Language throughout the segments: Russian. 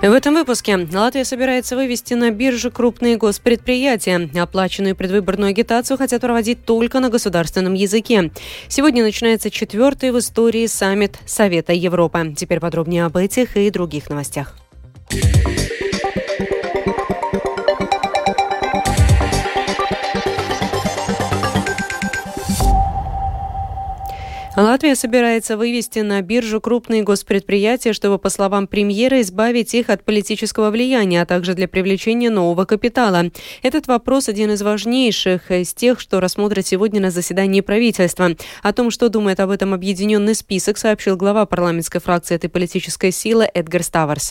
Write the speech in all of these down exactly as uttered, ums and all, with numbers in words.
В этом выпуске Латвия собирается вывести на биржу крупные госпредприятия. Оплаченную предвыборную агитацию хотят проводить только на государственном языке. Сегодня начинается четвертый в истории саммит Совета Европы. Теперь подробнее об этих и других новостях. Латвия собирается вывести на биржу крупные госпредприятия, чтобы, по словам премьера, избавить их от политического влияния, а также для привлечения нового капитала. Этот вопрос один из важнейших из тех, что рассмотрят сегодня на заседании правительства. О том, что думает об этом объединенный список, сообщил глава парламентской фракции этой политической силы Эдгар Ставарс.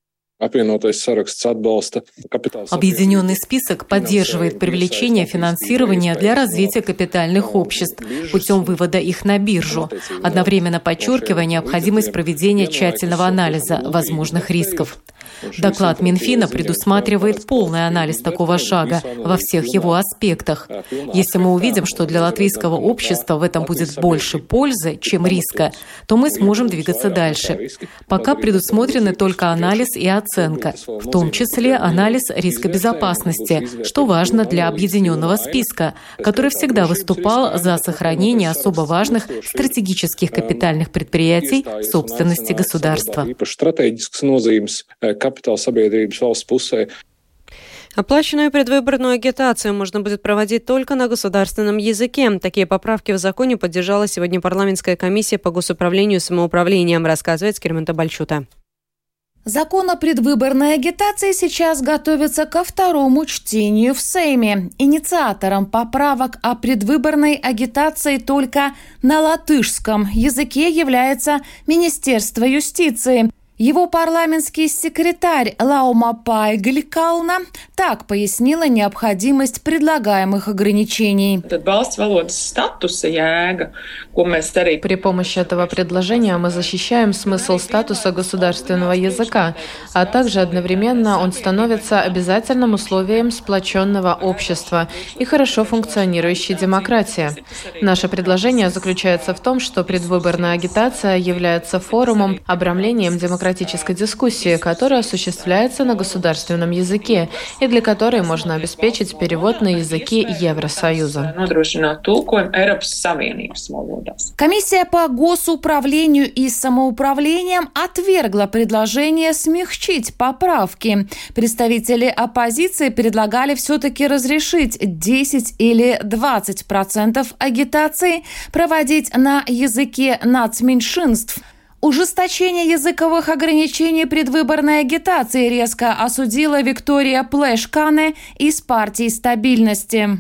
Объединенный список поддерживает привлечение финансирования для развития капитальных обществ путем вывода их на биржу, одновременно подчеркивая необходимость проведения тщательного анализа возможных рисков. Доклад Минфина предусматривает полный анализ такого шага во всех его аспектах. Если мы увидим, что для латвийского общества в этом будет больше пользы, чем риска, то мы сможем двигаться дальше. Пока предусмотрены только анализ и оценка, в том числе анализ риска безопасности, что важно для объединенного списка, который всегда выступал за сохранение особо важных стратегических капитальных предприятий собственности государства. Оплаченную предвыборную агитацию можно будет проводить только на государственном языке. Такие поправки в законе поддержала сегодня парламентская комиссия по госуправлению и самоуправлением, рассказывает Скирманта Бальчута. Закон о предвыборной агитации сейчас готовится ко второму чтению в Сейме. Инициатором поправок о предвыборной агитации только на латышском языке является Министерство юстиции. Его парламентский секретарь Лаума Пайгликална так пояснила необходимость предлагаемых ограничений. При помощи этого предложения мы защищаем смысл статуса государственного языка, а также одновременно он становится обязательным условием сплоченного общества и хорошо функционирующей демократии. Наше предложение заключается в том, что предвыборная агитация является форумом, обрамлением демократии, демократической дискуссии, которая осуществляется на государственном языке и для которой можно обеспечить перевод на языки Евросоюза. Комиссия по госуправлению и самоуправлением отвергла предложение смягчить поправки. Представители оппозиции предлагали все-таки разрешить десять или двадцать процентов агитации проводить на языке нацменьшинств. Ужесточение языковых ограничений предвыборной агитации резко осудила Виктория Плешкане из партии стабильности.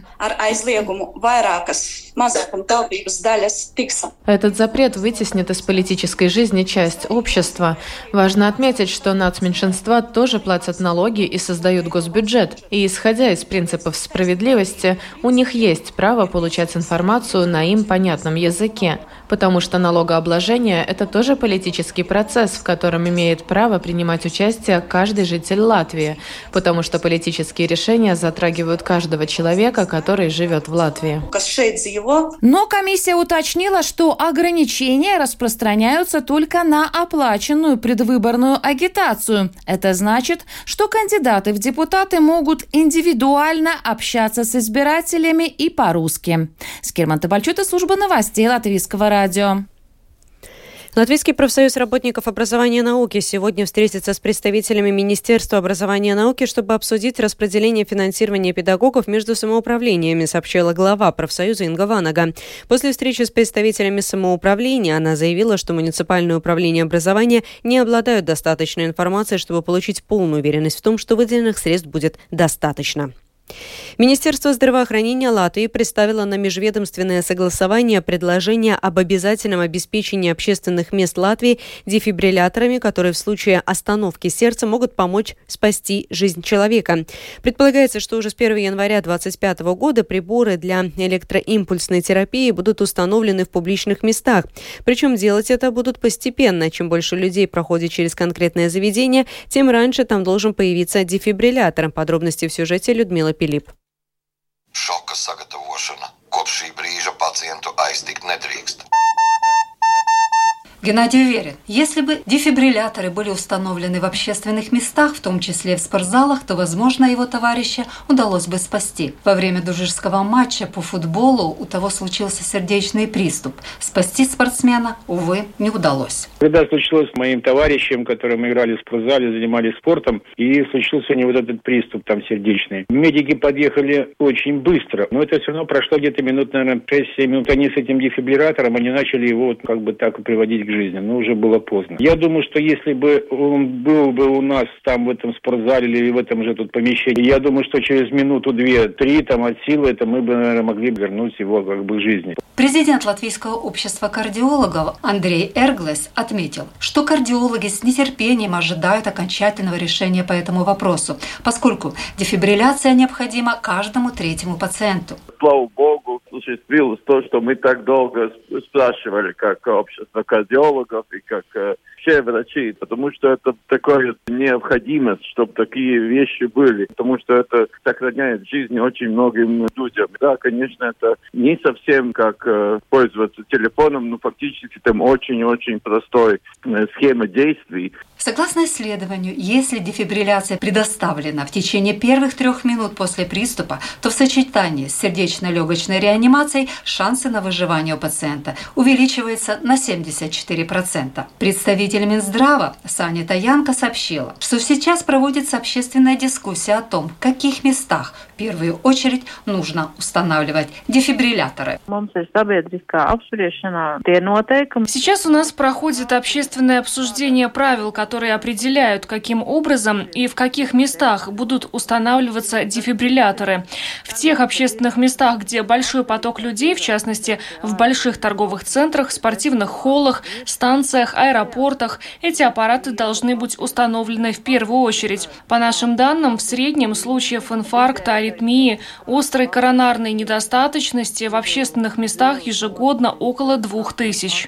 Этот запрет вытеснит из политической жизни часть общества. Важно отметить, что нацменьшинства тоже платят налоги и создают госбюджет. И, исходя из принципов справедливости, у них есть право получать информацию на им понятном языке, потому что налогообложение – это тоже политический процесс, в котором имеет право принимать участие каждый житель Латвии, потому что политические решения затрагивают каждого человека, который живет в Латвии. Но комиссия уточнила, что ограничения распространяются только на оплаченную предвыборную агитацию. Это значит, что кандидаты в депутаты могут индивидуально общаться с избирателями и по-русски. Скирманта Бальчута, служба новостей Латвийского радио. Латвийский профсоюз работников образования и науки сегодня встретится с представителями Министерства образования и науки, чтобы обсудить распределение финансирования педагогов между самоуправлениями, сообщила глава профсоюза Инга Ванага. После встречи с представителями самоуправления она заявила, что муниципальные управления образования не обладают достаточной информацией, чтобы получить полную уверенность в том, что выделенных средств будет достаточно. Министерство здравоохранения Латвии представило на межведомственное согласование предложение об обязательном обеспечении общественных мест Латвии дефибрилляторами, которые в случае остановки сердца могут помочь спасти жизнь человека. Предполагается, что уже с первого января две тысячи двадцать пятого года приборы для электроимпульсной терапии будут установлены в публичных местах. Причем делать это будут постепенно. Чем больше людей проходит через конкретное заведение, тем раньше там должен появиться дефибриллятор. Подробности в сюжете Людмила Пилип. Šoka sagatavošana. Kopš šī brīža pacientu aiztikt nedrīkst. Геннадий уверен, если бы дефибрилляторы были установлены в общественных местах, в том числе в спортзалах, то, возможно, его товарища удалось бы спасти. Во время дружеского матча по футболу у того случился сердечный приступ. Спасти спортсмена, увы, не удалось. Когда случилось с моим товарищем, который мы играли в спортзале, занимались спортом, и случился у него вот этот приступ там сердечный. Медики подъехали очень быстро, но это все равно прошло где-то минут, наверное, шесть-семь минут. Они с этим дефибриллятором, они начали его вот как бы так приводить к жизни, но уже было поздно. Я думаю, что если бы он был бы у нас там в этом спортзале или в этом же тут помещении, я думаю, что через минуту, две, три там от силы, это мы бы, наверное, могли вернуть его как бы к жизни. Президент Латвийского общества кардиологов Андрей Эрглес отметил, что кардиологи с нетерпением ожидают окончательного решения по этому вопросу, поскольку дефибрилляция необходима каждому третьему пациенту. Слава Богу, случилось то, что мы так долго спрашивали, как общество кардиологов и как э, все врачи, потому что это такая необходимость, чтобы такие вещи были, потому что это сохраняет жизнь очень многим людям. Да, конечно, это не совсем как э, пользоваться телефоном, но фактически там очень-очень простой э, схема действий. Согласно исследованию, если дефибрилляция предоставлена в течение первых трех минут после приступа, то в сочетании с сердечно-легочной реанимацией шансы на выживание у пациента увеличиваются на семьдесят четыре процента. Представитель Минздрава Саня Таянка сообщила, что сейчас проводится общественная дискуссия о том, в каких местах в первую очередь нужно устанавливать дефибрилляторы. Сейчас у нас проходит общественное обсуждение правил, которые определяют, каким образом и в каких местах будут устанавливаться дефибрилляторы. В тех общественных местах, где большой поток людей, в частности, в больших торговых центрах, спортивных холлах, станциях, аэропортах, эти аппараты должны быть установлены в первую очередь. По нашим данным, в среднем случаев инфаркта, аритмии, острой коронарной недостаточности в общественных местах ежегодно около двух тысяч.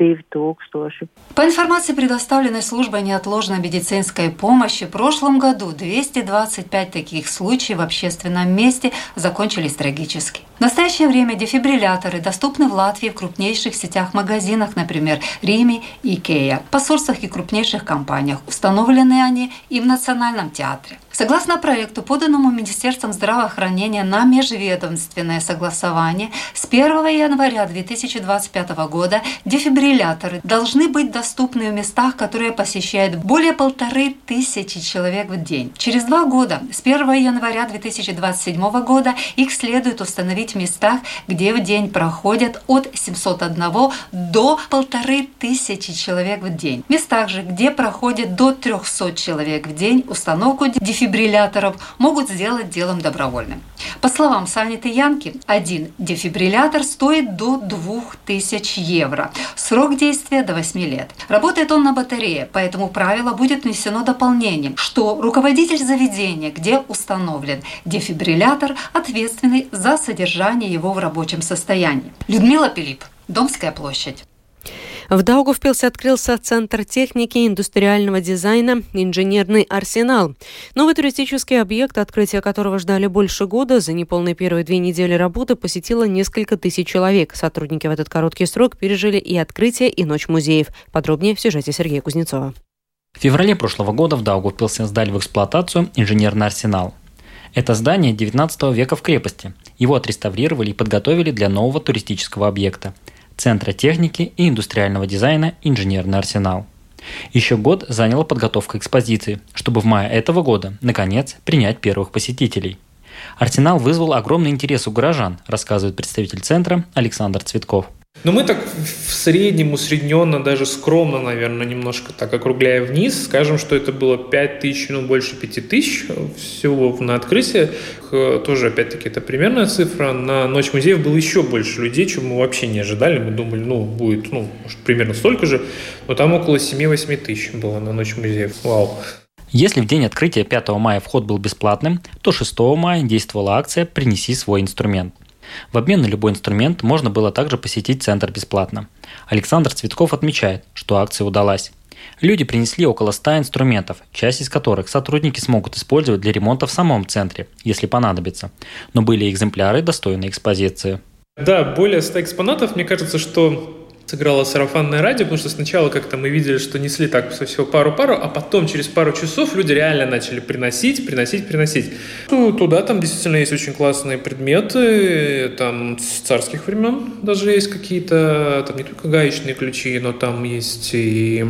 По информации, предоставленной службой неотложной медицинской помощи, в прошлом году двести двадцать пять таких случаев в общественном месте закончились трагически. В настоящее время дефибрилляторы доступны в Латвии в крупнейших сетях-магазинах, например, Риме и Икеа, посольствах и крупнейших компаниях. Установлены они и в Национальном театре. Согласно проекту, поданному Министерством здравоохранения на межведомственное согласование, с первого января две тысячи двадцать пятого года дефибрилляторы должны быть доступны в местах, которые посещают более полторы тысячи человек в день. Через два года, с первого января две тысячи двадцать седьмого года, их следует установить в местах, где в день проходят от семисот одного до полторы тысячи человек в день. В местах же, где проходит до трехсот человек в день, установку дефибрилляторов могут сделать делом добровольным. По словам Сани Таянки, один дефибриллятор стоит до двух тысяч евро. Срок действия до восьми лет. Работает он на батарее, поэтому правило будет внесено дополнением, что руководитель заведения, где установлен дефибриллятор, ответственный за содержание его в рабочем состоянии. Людмила Пилип, Домская площадь. В Даугавпилсе открылся Центр техники и индустриального дизайна «Инженерный арсенал». Новый туристический объект, открытие которого ждали больше года, за неполные первые две недели работы посетило несколько тысяч человек. Сотрудники в этот короткий срок пережили и открытие, и ночь музеев. Подробнее в сюжете Сергея Кузнецова. В феврале прошлого года в Даугавпилсе сдали в эксплуатацию инженерный арсенал. Это здание девятнадцатого века в крепости. Его отреставрировали и подготовили для нового туристического объекта – Центра техники и индустриального дизайна «Инженерный арсенал». Еще год заняла подготовка экспозиции, чтобы в мае этого года, наконец, принять первых посетителей. Арсенал вызвал огромный интерес у горожан, рассказывает представитель центра Александр Цветков. Но мы так в среднем, усредненно, даже скромно, наверное, немножко так округляя вниз, скажем, что это было пять тысяч, ну больше пяти тысяч всего на открытие. Тоже, опять-таки, это примерная цифра. На Ночь музеев было еще больше людей, чем мы вообще не ожидали. Мы думали, ну, будет, ну, может, примерно столько же, но там около семь-восемь тысяч было на Ночь музеев. Вау! Если в день открытия пятого мая вход был бесплатным, то шестого мая действовала акция «Принеси свой инструмент». В обмен на любой инструмент можно было также посетить центр бесплатно. Александр Цветков отмечает, что акция удалась. Люди принесли около ста инструментов, часть из которых сотрудники смогут использовать для ремонта в самом центре, если понадобится. Но были экземпляры, достойные экспозиции. Да, более ста экспонатов. Мне кажется, что Сыграло сарафанное радио, потому что сначала как-то мы видели, что несли так всего пару-пару, а потом через пару часов люди реально начали приносить, приносить, приносить. Ну, туда там действительно есть очень классные предметы, там с царских времен даже есть какие-то, там не только гаечные ключи, но там есть и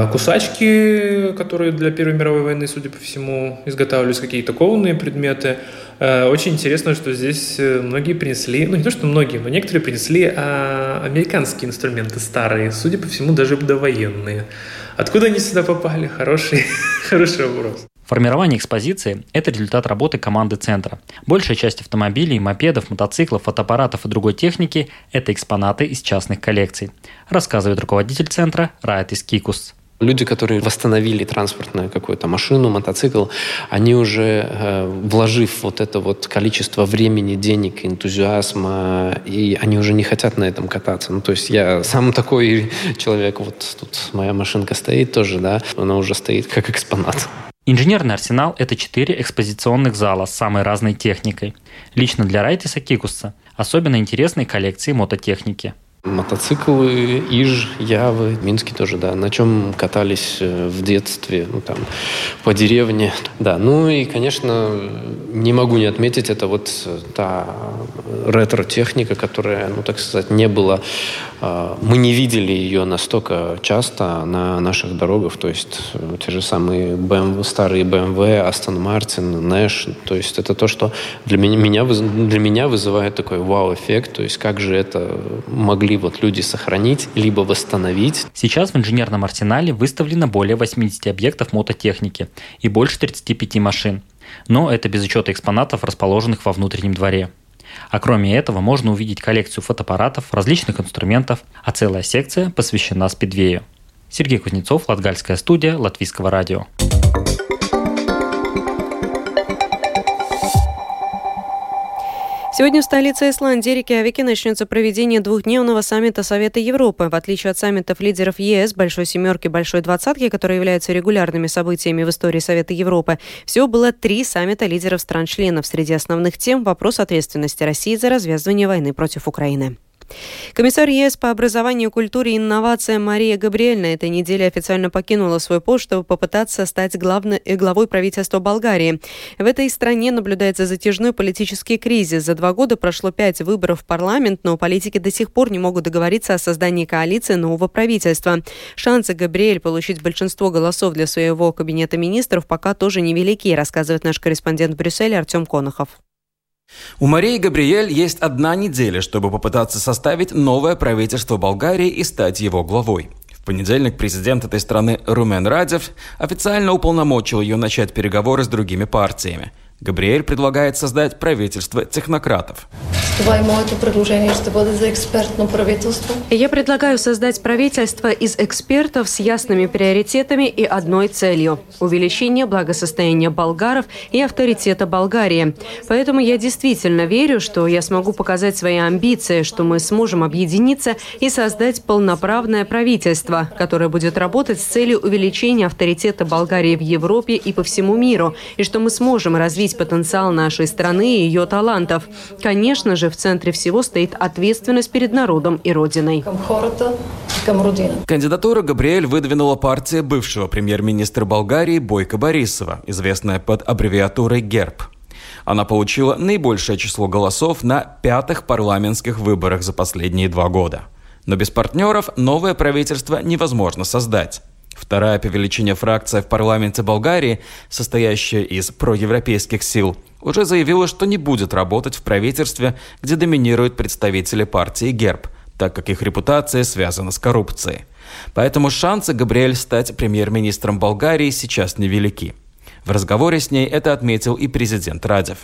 кусачки, которые для Первой мировой войны, судя по всему, изготавливались, какие-то кованые предметы. Очень интересно, что здесь многие принесли, ну не то, что многие, но некоторые принесли а, американские инструменты старые, судя по всему, даже довоенные. Откуда они сюда попали? Хороший, хороший вопрос. Формирование экспозиции – это результат работы команды центра. Большая часть автомобилей, мопедов, мотоциклов, фотоаппаратов и другой техники – это экспонаты из частных коллекций, рассказывает руководитель центра Райтис Кикус. Люди, которые восстановили транспортную какую-то машину, мотоцикл, они уже, э, вложив вот это вот количество времени, денег, энтузиазма, и они уже не хотят на этом кататься. Ну, то есть я сам такой человек, вот тут моя машинка стоит тоже, да, она уже стоит как экспонат. Инженерный арсенал – это четыре экспозиционных зала с самой разной техникой. Лично для Райтиса Кикуса особенно интересные коллекции мототехники. Мотоциклы, Иж, Явы, в Минске тоже, да, на чем катались в детстве, ну, там, по деревне. Да, ну и, конечно, не могу не отметить, это вот та ретро-техника, которая, ну, так сказать, не была, мы не видели ее настолько часто на наших дорогах, то есть те же самые бэ эм вэ, старые бэ эм вэ, Aston Martin, Nash, то есть это то, что для меня, для меня вызывает такой вау-эффект, то есть как же это могли вот люди сохранить, либо восстановить. Сейчас в инженерном арсенале выставлено более восемьдесят объектов мототехники и больше тридцать пять машин. Но это без учета экспонатов, расположенных во внутреннем дворе. А кроме этого можно увидеть коллекцию фотоаппаратов, различных инструментов, а целая секция посвящена спидвею. Сергей Кузнецов, Латгальская студия, Латвийского радио. Сегодня в столице Исландии, Рейкьявике, начнется проведение двухдневного саммита Совета Европы. В отличие от саммитов лидеров ЕС, Большой Семерки, Большой Двадцатки, которые являются регулярными событиями в истории Совета Европы, всего было три саммита лидеров стран-членов. Среди основных тем – вопрос ответственности России за развязывание войны против Украины. Комиссар ЕС по образованию, культуре и инновациям Мария Габриэль на этой неделе официально покинула свой пост, чтобы попытаться стать главной, главой правительства Болгарии. В этой стране наблюдается затяжной политический кризис. За два года прошло пять выборов в парламент, но политики до сих пор не могут договориться о создании коалиции нового правительства. Шансы Габриэль получить большинство голосов для своего кабинета министров пока тоже невелики, рассказывает наш корреспондент в Брюсселе Артем Конохов. У Марии Габриэль есть одна неделя, чтобы попытаться составить новое правительство Болгарии и стать его главой. В понедельник президент этой страны Румен Радев официально уполномочил ее начать переговоры с другими партиями. Габриэль предлагает создать правительство технократов. Я предлагаю создать правительство из экспертов с ясными приоритетами и одной целью – увеличение благосостояния болгаров и авторитета Болгарии. Поэтому я действительно верю, что я смогу показать свои амбиции, что мы сможем объединиться и создать полноправное правительство, которое будет работать с целью увеличения авторитета Болгарии в Европе и по всему миру, и что мы сможем развить потенциал нашей страны и ее талантов. Конечно же, в центре всего стоит ответственность перед народом и Родиной. Кандидатуру Габриэль выдвинула партия бывшего премьер-министра Болгарии Бойко Борисова, известная под аббревиатурой ГЕРБ. Она получила наибольшее число голосов на пятых парламентских выборах за последние два года. Но без партнеров новое правительство невозможно создать. Вторая по величине фракция в парламенте Болгарии, состоящая из проевропейских сил, уже заявила, что не будет работать в правительстве, где доминируют представители партии ГЕРБ, так как их репутация связана с коррупцией. Поэтому шансы Габриэль стать премьер-министром Болгарии сейчас невелики. В разговоре с ней это отметил и президент Радев.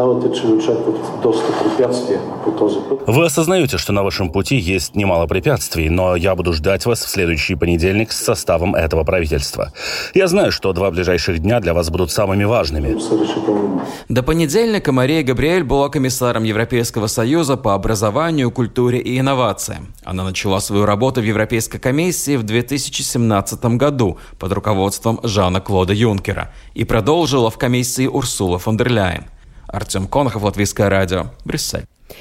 Вы осознаете, что на вашем пути есть немало препятствий, но я буду ждать вас в следующий понедельник с составом этого правительства. Я знаю, что два ближайших дня для вас будут самыми важными. До понедельника Мария Габриэль была комиссаром Европейского союза по образованию, культуре и инновациям. Она начала свою работу в Европейской комиссии в две тысячи семнадцатом году под руководством Жана-Клода Юнкера и продолжила в комиссии Урсула фон дер Ляйен. Артем Конохов, Латвийское радио, Брюссель.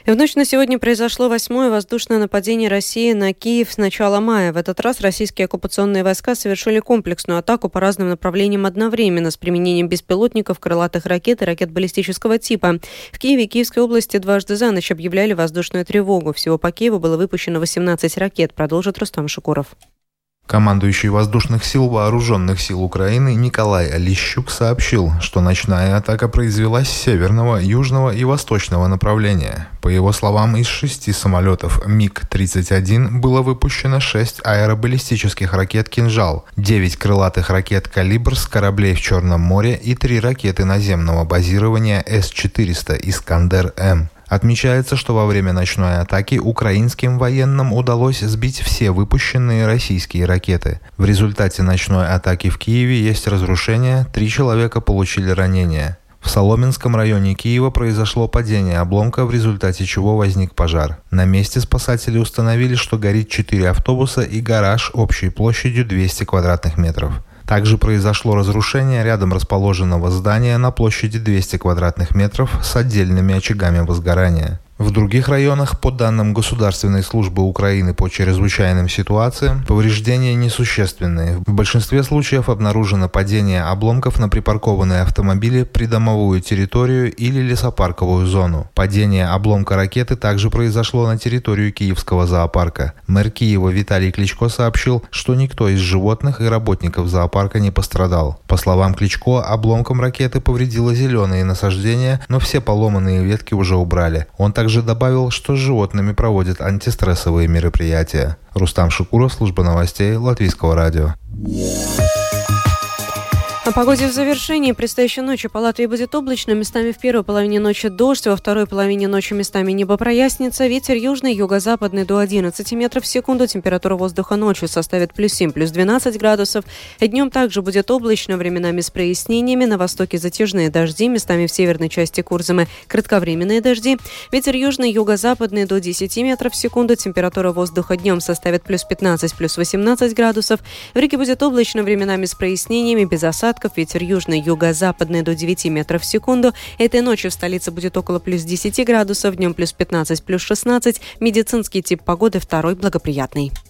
В ночь на сегодня произошло восьмое воздушное нападение России на Киев с начала мая. В этот раз российские оккупационные войска совершили комплексную атаку по разным направлениям одновременно с применением беспилотников, крылатых ракет и ракет баллистического типа. В Киеве и Киевской области дважды за ночь объявляли воздушную тревогу. Всего по Киеву было выпущено восемнадцать ракет, продолжит Рустам Шукуров. Командующий воздушных сил Вооруженных сил Украины Николай Олещук сообщил, что ночная атака произвелась с северного, южного и восточного направления. По его словам, из шести самолетов МиГ тридцать один было выпущено шесть аэробаллистических ракет «Кинжал», девять крылатых ракет «Калибр» с кораблей в Черном море и три ракеты наземного базирования С четыреста «Искандер-М». Отмечается, что во время ночной атаки украинским военным удалось сбить все выпущенные российские ракеты. В результате ночной атаки в Киеве есть разрушения, три человека получили ранения. В Соломенском районе Киева произошло падение обломка, в результате чего возник пожар. На месте спасатели установили, что горит четыре автобуса и гараж общей площадью двести квадратных метров. Также произошло разрушение рядом расположенного здания на площади двести квадратных метров с отдельными очагами возгорания. В других районах, по данным Государственной службы Украины по чрезвычайным ситуациям, повреждения несущественные. В большинстве случаев обнаружено падение обломков на припаркованные автомобили, придомовую территорию или лесопарковую зону. Падение обломка ракеты также произошло на территорию Киевского зоопарка. Мэр Киева Виталий Кличко сообщил, что никто из животных и работников зоопарка не пострадал. По словам Кличко, обломком ракеты повредило зеленые насаждения, но все поломанные ветки уже убрали. Он также Также добавил, что с животными проводят антистрессовые мероприятия. Рустам Шукуров, служба новостей Латвийского радио. О погоде в завершении. Предстоящей ночью по Латвии будет облачно. Местами в первой половине ночи дождь, во второй половине ночи местами небо прояснится. Ветер южный, юго-западный до одиннадцати метров в секунду. Температура воздуха ночью составит плюс семь, плюс двенадцать градусов. Днем также будет облачно, временами с прояснениями. На востоке затяжные дожди, местами в северной части Курзамы кратковременные дожди. Ветер южный, юго-западный до десяти метров в секунду. Температура воздуха днем составит плюс пятнадцать, плюс восемнадцать градусов. В Риге будет облачно, временами с прояснениями, без осадков. Ветер южный, юго-западный до девяти метров в секунду. Этой ночью в столице будет около плюс десяти градусов, днем плюс пятнадцать, плюс шестнадцать. Медицинский тип погоды второй благоприятный.